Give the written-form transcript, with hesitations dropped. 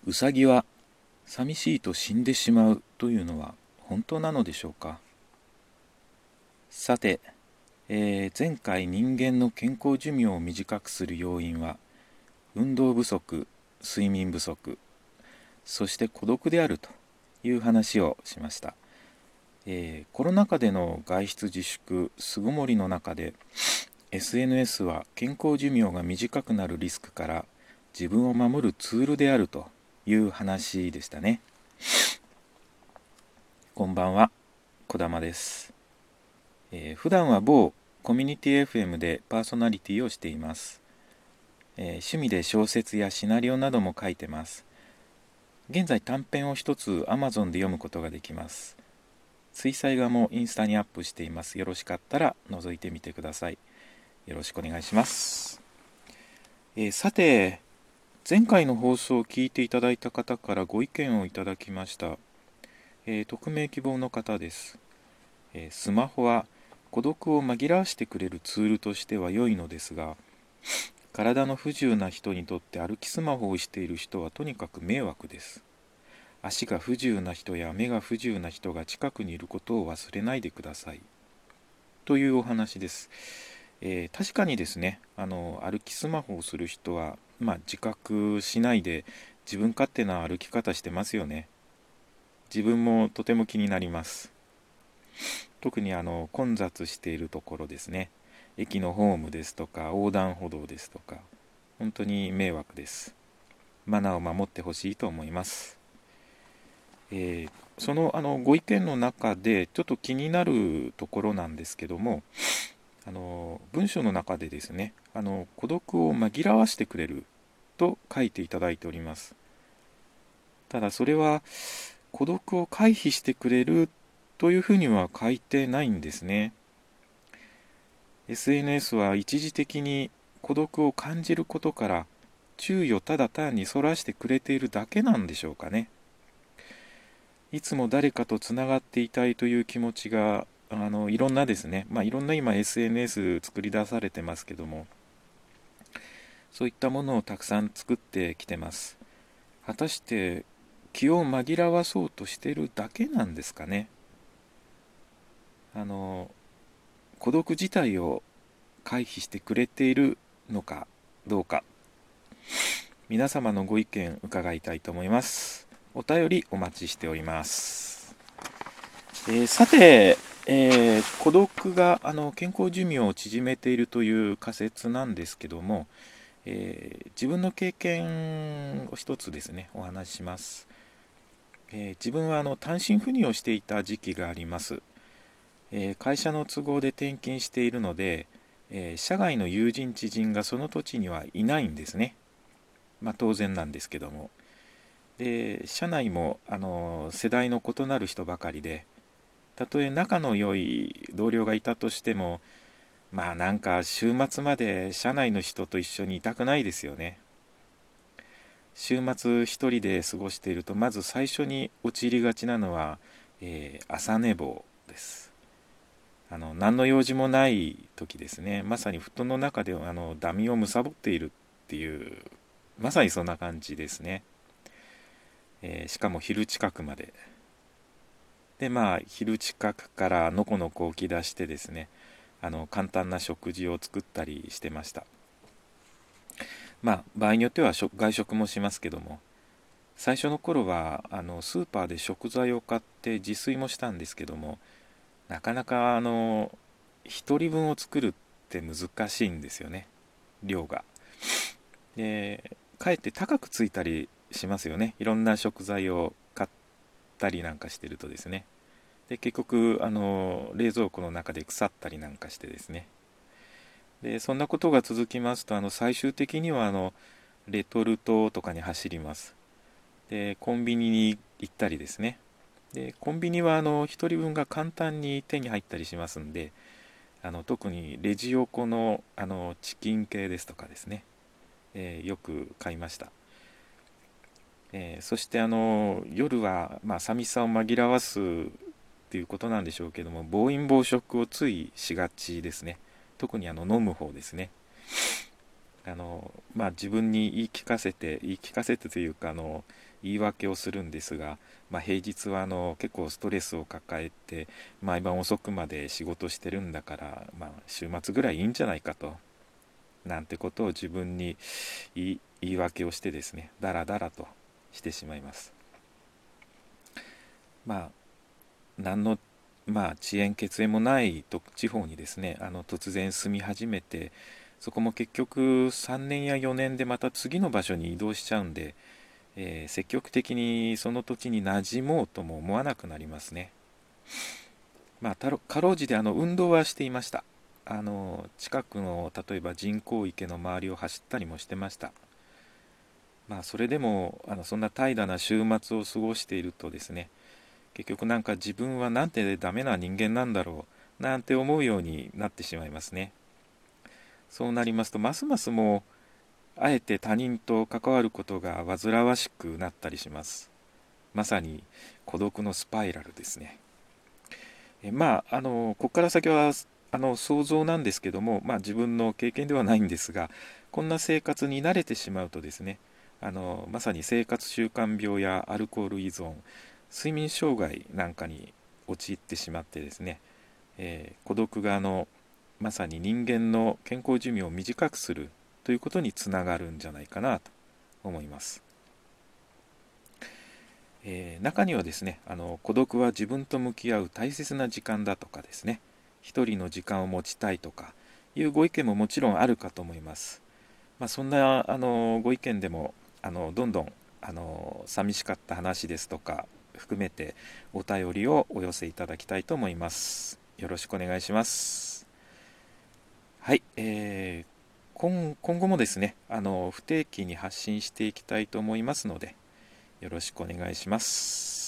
ウサギは寂しいと死んでしまうというのは本当なのでしょうか。さて、前回人間の健康寿命を短くする要因は運動不足、睡眠不足、そして孤独であるという話をしました。コロナ禍での外出自粛、巣ごもりの中で SNS は健康寿命が短くなるリスクから自分を守るツールであるという話でしたね。こんばんは、小玉です。普段は某コミュニティ FM でパーソナリティをしています。趣味で小説やシナリオなども書いてます。現在短編を一つ Amazon で読むことができます。水彩画もインスタにアップしています。よろしかったら覗いてみてください。よろしくお願いします。さて、前回の放送を聞いていただいた方からご意見をいただきました。匿名希望の方です。スマホは孤独を紛らわしてくれるツールとしては良いのですが、体の不自由な人にとって歩きスマホをしている人はとにかく迷惑です。足が不自由な人や目が不自由な人が近くにいることを忘れないでください。というお話です。確かにですね、歩きスマホをする人は、自覚しないで自分勝手な歩き方してますよね。自分もとても気になります。特に混雑しているところですね。駅のホームですとか横断歩道ですとか、本当に迷惑です。マナーを守ってほしいと思います。そのご意見の中でちょっと気になるところなんですけども、文章の中でですね、孤独を紛らわしてくれると書いていただいております。ただそれは孤独を回避してくれるというふうには書いてないんですね。SNS は一時的に孤独を感じることから注意をただ単にそらしてくれているだけなんでしょうかね。いつも誰かとつながっていたいという気持ちがいろんなですね、いろんな今 SNS 作り出されてますけども、そういったものをたくさん作ってきてます。果たして気を紛らわそうとしているだけなんですかね。孤独自体を回避してくれているのかどうか、皆様のご意見伺いたいと思います。お便りお待ちしております。さて、孤独が健康寿命を縮めているという仮説なんですけども、自分の経験を一つですねお話しします。自分は単身赴任をしていた時期があります。会社の都合で転勤しているので、社外の友人知人がその土地にはいないんですね。当然なんですけども。で、社内も世代の異なる人ばかりで、たとえ仲の良い同僚がいたとしても、なんか週末まで社内の人と一緒にいたくないですよね。週末一人で過ごしていると、まず最初に陥りがちなのは、朝寝坊です。何の用事もない時ですね。まさに布団の中でダミを貪っているっていう、まさにそんな感じですね。しかも昼近くまで。で、昼近くからのこのこ起き出してですね、簡単な食事を作ったりしてました。場合によっては外食もしますけども、最初の頃はスーパーで食材を買って自炊もしたんですけども、なかなか1人分を作るって難しいんですよね、量が。で、かえって高くついたりしますよね、いろんな食材を買ったりなんかしてるとですね。で、結局冷蔵庫の中で腐ったりなんかしてですね。で、そんなことが続きますと最終的にはレトルトとかに走ります。で、コンビニに行ったりですね。で、コンビニは1人分が簡単に手に入ったりしますんで、特にレジ横のチキン系ですとかですね、よく買いました。そして夜は、寂しさを紛らわすっていうことなんでしょうけども、暴飲暴食をついしがちですね。特に飲む方ですね。 自分に言い聞かせてというか言い訳をするんですが、平日は結構ストレスを抱えて毎晩遅くまで仕事してるんだから、週末ぐらいいいんじゃないかとなんてことを自分に言い訳をしてですね、だらだらとしてしまいます。まあ何の遅延血縁もない地方にですね、突然住み始めて、そこも結局3年や4年でまた次の場所に移動しちゃうんで、積極的にその土地に馴染もうとも思わなくなりますね。かろうじて運動はしていました。近くの例えば人工池の周りを走ったりもしてました。それでもそんな怠惰な週末を過ごしているとですね、結局なんか自分はなんてダメな人間なんだろうなんて思うようになってしまいますね。そうなりますとますますもうあえて他人と関わることが煩わしくなったりします。まさに孤独のスパイラルですね。ここから先は想像なんですけども、自分の経験ではないんですが、こんな生活に慣れてしまうとですね、まさに生活習慣病やアルコール依存、睡眠障害なんかに陥ってしまってですね、孤独がまさに人間の健康寿命を短くするということにつながるんじゃないかなと思います。中にはですね、孤独は自分と向き合う大切な時間だとかですね、一人の時間を持ちたいとかいうご意見ももちろんあるかと思います。そんなご意見でもどんどん寂しかった話ですとか含めてお便りをお寄せいただきたいと思います。よろしくお願いします。はい、今後もですね不定期に発信していきたいと思いますのでよろしくお願いします。